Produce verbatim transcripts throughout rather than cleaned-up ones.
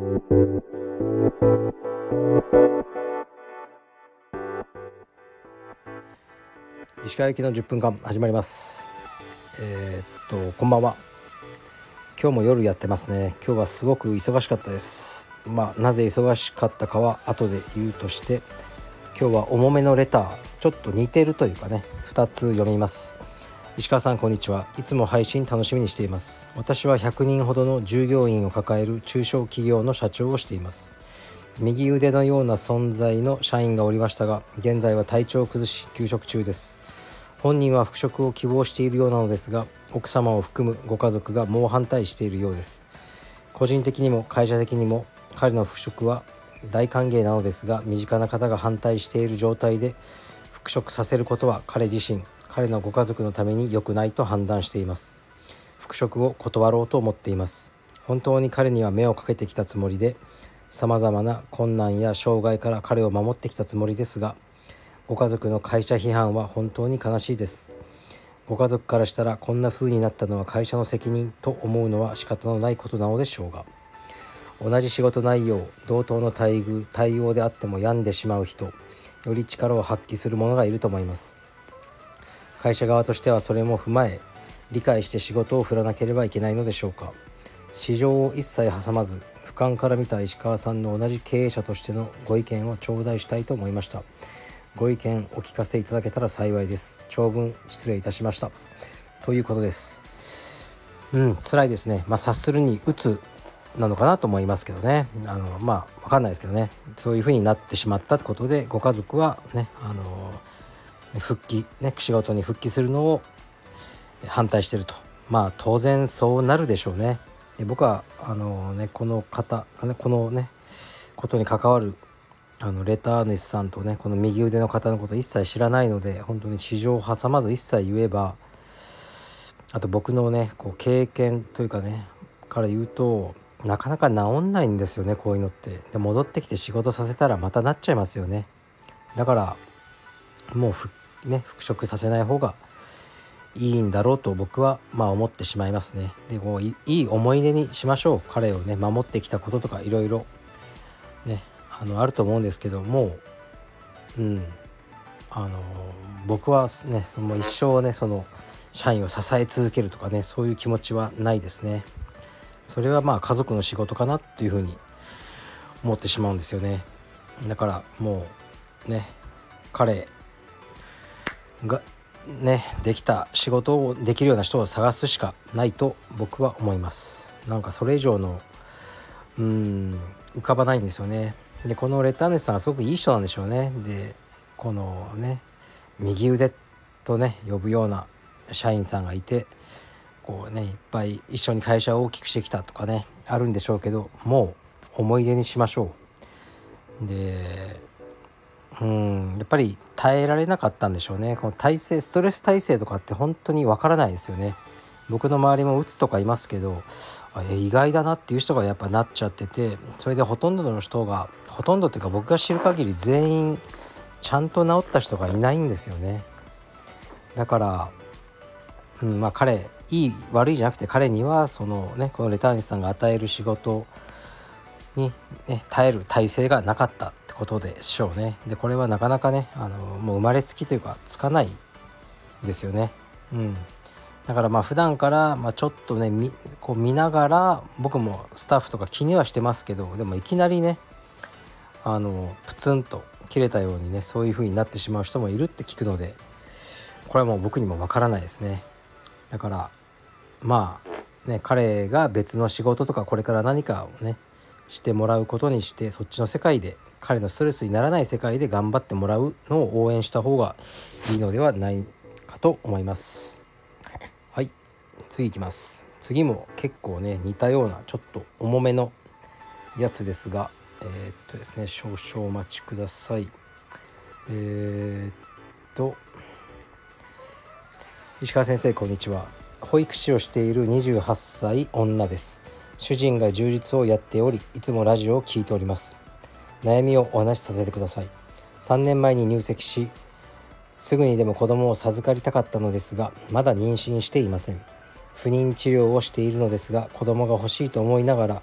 石川行きのじゅっぷんかん始まります。えー、っとこんばんは。今日も夜やってますね。今日はすごく忙しかったです。まあなぜ忙しかったかは後で言うとして、今日は重めのレター、ちょっと似てるというかね、ふたつ読みます。石川さん、こんにちは。いつも配信楽しみにしています。私はひゃくにんほどの従業員を抱える中小企業の社長をしています。右腕のような存在の社員がおりましたが、現在は体調を崩し休職中です。本人は復職を希望しているようなのですが、奥様を含むご家族が猛反対しているようです。個人的にも会社的にも彼の復職は大歓迎なのですが、身近な方が反対している状態で復職させることは彼自身、彼のご家族のために良くないと判断しています。復職を断ろうと思っています。本当に彼には目をかけてきたつもりで、さまざまな困難や障害から彼を守ってきたつもりですが、ご家族の会社批判は本当に悲しいです。ご家族からしたらこんな風になったのは会社の責任と思うのは仕方のないことなのでしょうが、同じ仕事内容、同等の待遇、対応であっても病んでしまう人、より力を発揮する者がいると思います。会社側としてはそれも踏まえ、理解して仕事を振らなければいけないのでしょうか。市場を一切挟まず、俯瞰から見た石川さんの同じ経営者としてのご意見を頂戴したいと思いました。ご意見お聞かせいただけたら幸いです。長文失礼いたしました、ということです。うん辛いですね。まあ察するに鬱なのかなと思いますけどね。あのまあ分かんないですけどね、そういう風になってしまったってことで、ご家族はね、あの復帰ね仕事に復帰するのを反対していると。まあ当然そうなるでしょうね。僕はあのねこの方このねことに関わるあのレター主さんとね、この右腕の方のこと一切知らないので、本当に市場を挟まず一切言えば、あと僕のねこう経験というかねから言うと、なかなか治んないんですよね、こういうのって。で戻ってきて仕事させたらまたなっちゃいますよね。だからもうふ、ね、復職させない方がいいんだろうと僕はまあ思ってしまいますね。でこういい思い出にしましょう。彼をね守ってきたこととかいろいろねあのあると思うんですけども、うんあの僕はねその一生ねその社員を支え続けるとかね、そういう気持ちはないですね。それはまあ家族の仕事かなっていうふうに思ってしまうんですよね。だからもうね彼がねできた仕事をできるような人を探すしかないと僕は思います。なんかそれ以上のうーん浮かばないんですよね。でこのレターネスさんはすごくいい人なんでしょうね。でこのね右腕とね呼ぶような社員さんがいて、こうねいっぱい一緒に会社を大きくしてきたとかねあるんでしょうけど、もう思い出にしましょう。でうんやっぱり耐えられなかったんでしょうね。この体制ストレス耐性とかって本当にわからないですよね。僕の周りもうつとかいますけど、意外だなっていう人がやっぱなっちゃってて、それでほとんどの人がほとんどっていうか僕が知る限り全員ちゃんと治った人がいないんですよね。だから、うん、まあ彼いい悪いじゃなくて、彼にはそのねこのレターニスさんが与える仕事に、ね、耐える体制がなかったってことでしょうね。でこれはなかなかねあのもう生まれつきというかつかないですよね。うんだからまあ普段からまあちょっとね見こう見ながら、僕もスタッフとか気にはしてますけど、でもいきなりねあのプツンと切れたようにねそういう風になってしまう人もいるって聞くので、これはもう僕にもわからないですね。だからまあね彼が別の仕事とかこれから何かをねしてもらうことにして、そっちの世界で彼のストレスにならない世界で頑張ってもらうのを応援した方がいいのではないかと思います。はい、次いきます。次も結構ね似たようなちょっと重めのやつですが、えー、っとですね少々お待ちください。えー、っと石川先生、こんにちは。保育士をしているにじゅうはっさい女です。主人が充実をやっており、いつもラジオを聞いております。悩みをお話しさせてください。さんねんまえに入籍し、すぐにでも子供を授かりたかったのですが、まだ妊娠していません。不妊治療をしているのですが、子供が欲しいと思いながら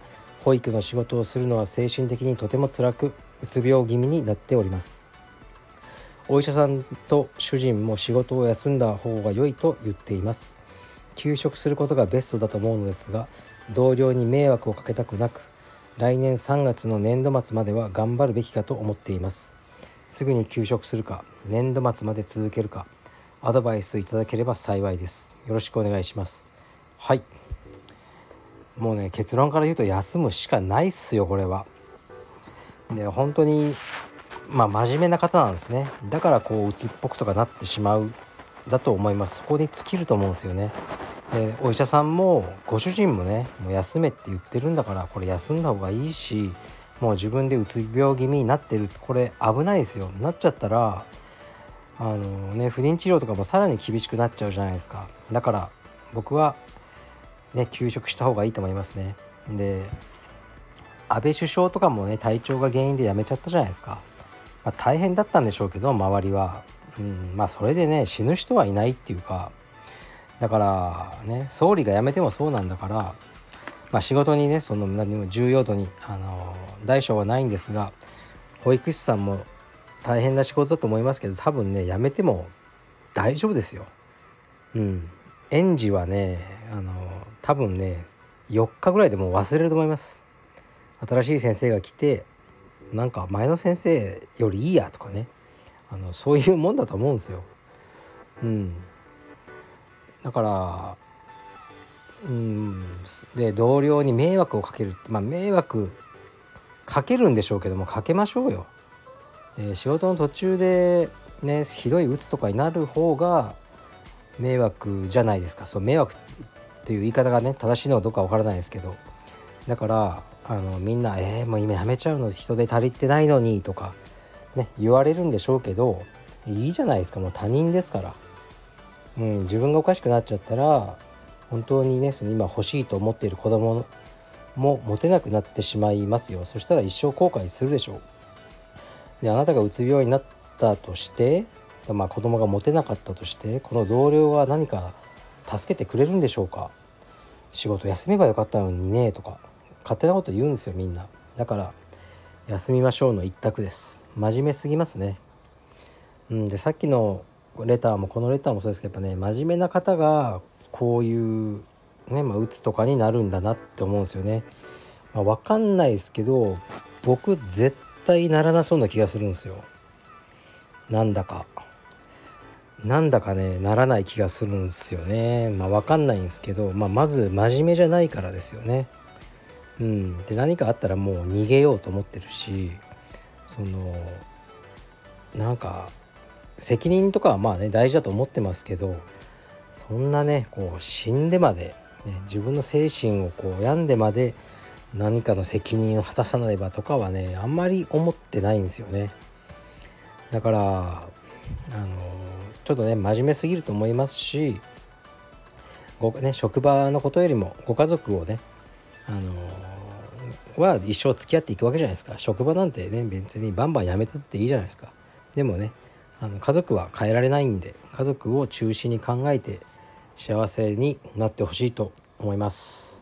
保育の仕事をするのは精神的にとても辛く、うつ病気味になっております。お医者さんと主人も仕事を休んだ方が良いと言っています。休職することがベストだと思うのですが、同僚に迷惑をかけたくなく、来年さんがつの年度末までは頑張るべきかと思っています。すぐに休職するか、年度末まで続けるか、アドバイスいただければ幸いです。よろしくお願いします。はい、もうね、結論から言うと休むしかないっすよ、これは。で、本当にまあ真面目な方なんですね。だからこう鬱っぽくとかなってしまうだと思います。そこに尽きると思うんですよね。で、お医者さんもご主人もね、もう休めって言ってるんだから、これ休んだ方がいいし、もう自分でうつ病気味になってる、これ危ないですよ。なっちゃったらあのね、不妊治療とかもさらに厳しくなっちゃうじゃないですか。だから僕はね、休職した方がいいと思いますね。で、安倍首相とかもね、体調が原因で辞めちゃったじゃないですか。まあ、大変だったんでしょうけど、周りは、うん、まあそれでね、死ぬ人はいないっていうか、だからね、総理が辞めてもそうなんだから、まあ、仕事にね、その何も重要度にあの大小はないんですが、保育士さんも大変な仕事だと思いますけど、多分ね、辞めても大丈夫ですよ。うん、園児はね、あの多分ね、よっかぐらいでもう忘れると思います。新しい先生が来て、なんか前の先生よりいいやとかね、あのそういうもんだと思うんですよ。うん、だからうんで、同僚に迷惑をかける、まあ迷惑かけるんでしょうけども、かけましょうよ。えー仕事の途中でね、ひどい鬱とかになる方が迷惑じゃないですか。そう、迷惑っていう言い方がね、正しいのかどうかわからないですけど、だからあのみんなえー、もう今やめちゃうの、人手足りてないのにとかね、言われるんでしょうけど、いいじゃないですか。もう他人ですから、うん、自分がおかしくなっちゃったら、本当にね、その今欲しいと思っている子供も持てなくなってしまいますよ。そしたら一生後悔するでしょう。で、あなたがうつ病になったとして、まあ子供が持てなかったとして、この同僚は何か助けてくれるんでしょうか。仕事休めばよかったのにねとか勝手なこと言うんですよ、みんな。だから休みましょうの一択です。真面目すぎますね。うん、で、さっきのレターもこのレターもそうですけど、やっぱね、真面目な方がこういうね、まあ、鬱とかになるんだなって思うんですよね。まあ、分かんないですけど、僕絶対ならなそうな気がするんですよ。なんだかなんだかね、ならない気がするんですよね。まあ分かんないんですけど、まあ、まず真面目じゃないからですよね。うん、で、何かあったらもう逃げようと思ってるし、そのなんか責任とかはまあね大事だと思ってますけど、そんなね、こう死んでまで、ね、自分の精神をこう病んでまで何かの責任を果たさなればとかはね、あんまり思ってないんですよね。だからあのちょっとね、真面目すぎると思いますし、ご、ね、職場のことよりもご家族をね、あのは一生付き合っていくわけじゃないですか。職場なんてね、別にバンバン辞めたっていいじゃないですか。でもね、あの家族は変えられないんで、家族を中心に考えて幸せになってほしいと思います。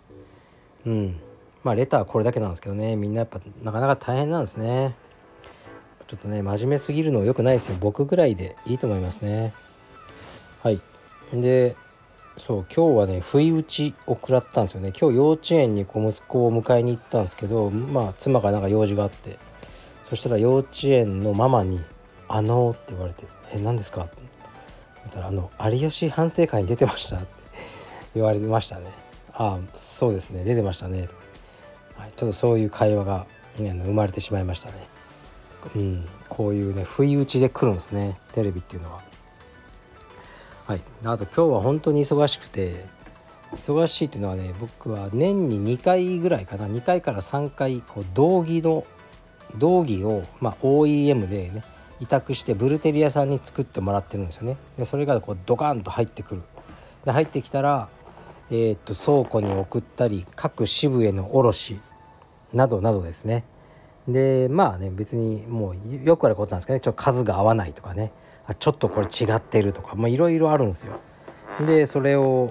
うん、まあレターはこれだけなんですけどね、みんなやっぱなかなか大変なんですね。ちょっとね、真面目すぎるの良くないですよ。僕ぐらいでいいと思いますね。はい。で、そう今日はね、不意打ちを食らったんですよね。今日幼稚園にこう息子を迎えに行ったんですけど、まあ妻がなんか用事があって、そしたら幼稚園のママに「あの」って言われて「え、何ですか?」って言ったら「あの有吉反省会に出てました」って言われてましたね。ああ、そうですね、出てましたね。はい、ちょっとそういう会話が、ね、生まれてしまいましたね。うん、こういうね、不意打ちで来るんですね、テレビっていうのは。はい、あと今日は本当に忙しくて、忙しいっていうのはね、僕は年ににかいぐらいかな、にかいからさんかいこう道着の道着を、まあ、オーイーエム でね委託してブルテリアさんに作ってもらってるんですよね。でそれがこうドカンと入ってくる。で入ってきたら、えー、っと倉庫に送ったり、各支部への卸などなどですね。でまあね、別にもうよくあることなんですけどね、ちょっと数が合わないとかね、あちょっとこれ違ってるとか、まあいろいろあるんですよ。でそれを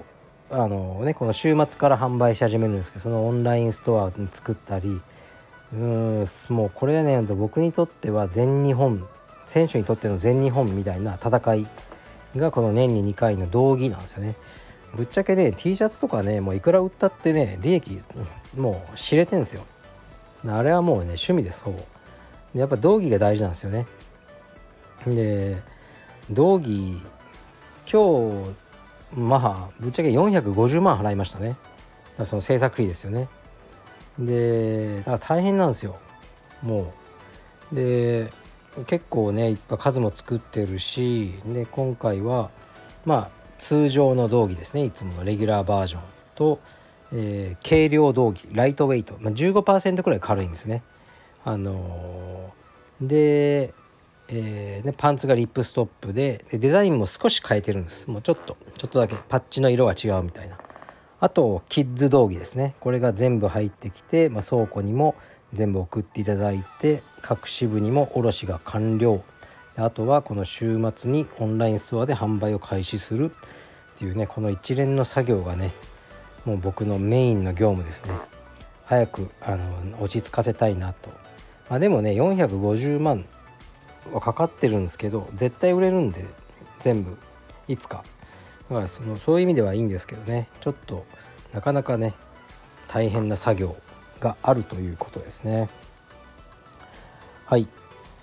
あのねこの週末から販売し始めるんですけど、そのオンラインストアに作ったり、うーんもうこれはね僕にとっては全日本選手にとっての全日本みたいな戦いがこの年ににかいの道着なんですよね。ぶっちゃけね T シャツとかねもういくら売ったってね利益もう知れてんですよ。あれはもうね趣味です。ほぼでやっぱ道着が大事なんですよね。で道着今日まあぶっちゃけよんひゃくごじゅうまん払いましたね。だからその制作費ですよね。でだから大変なんですよもう。で結構ねいっぱい数も作ってるし、で今回はまあ通常の道着ですね、いつものレギュラーバージョンと、えー、軽量道着ライトウェイト、まあ、じゅうごパーセント くらい軽いんですね。あのー、で、えーね、パンツがリップストップ で, でデザインも少し変えてるんです。もうちょっとちょっとだけパッチの色が違うみたいな。あとキッズ道着ですね、これが全部入ってきて、まあ、倉庫にも全部送っていただいて各支部にも卸が完了。あとはこの週末にオンラインストアで販売を開始するっていうね、この一連の作業がねもう僕のメインの業務ですね。早くあの落ち着かせたいなと。まあ、でもねよんひゃくごじゅうまんはかかってるんですけど絶対売れるんで全部いつか。だからそのそういう意味ではいいんですけどね、ちょっとなかなかね大変な作業があるということですね。はい。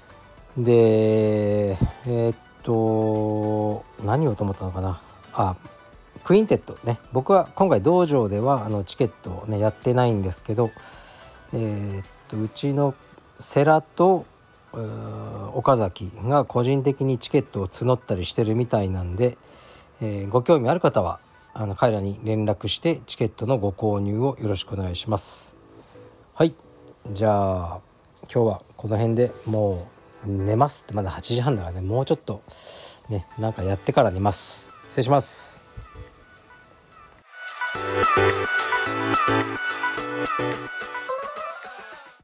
でえー、っと何をと思ったのかなあクインテットね、僕は今回道場ではあのチケットをねやってないんですけど、えー、っとうちの世良と岡崎が個人的にチケットを募ったりしてるみたいなんで、えー、ご興味ある方はあの彼らに連絡してチケットのご購入をよろしくお願いします。はい、じゃあ今日はこの辺でもう寝ますって。まだはちじはんだからね、もうちょっとねなんかやってから寝ます。失礼します。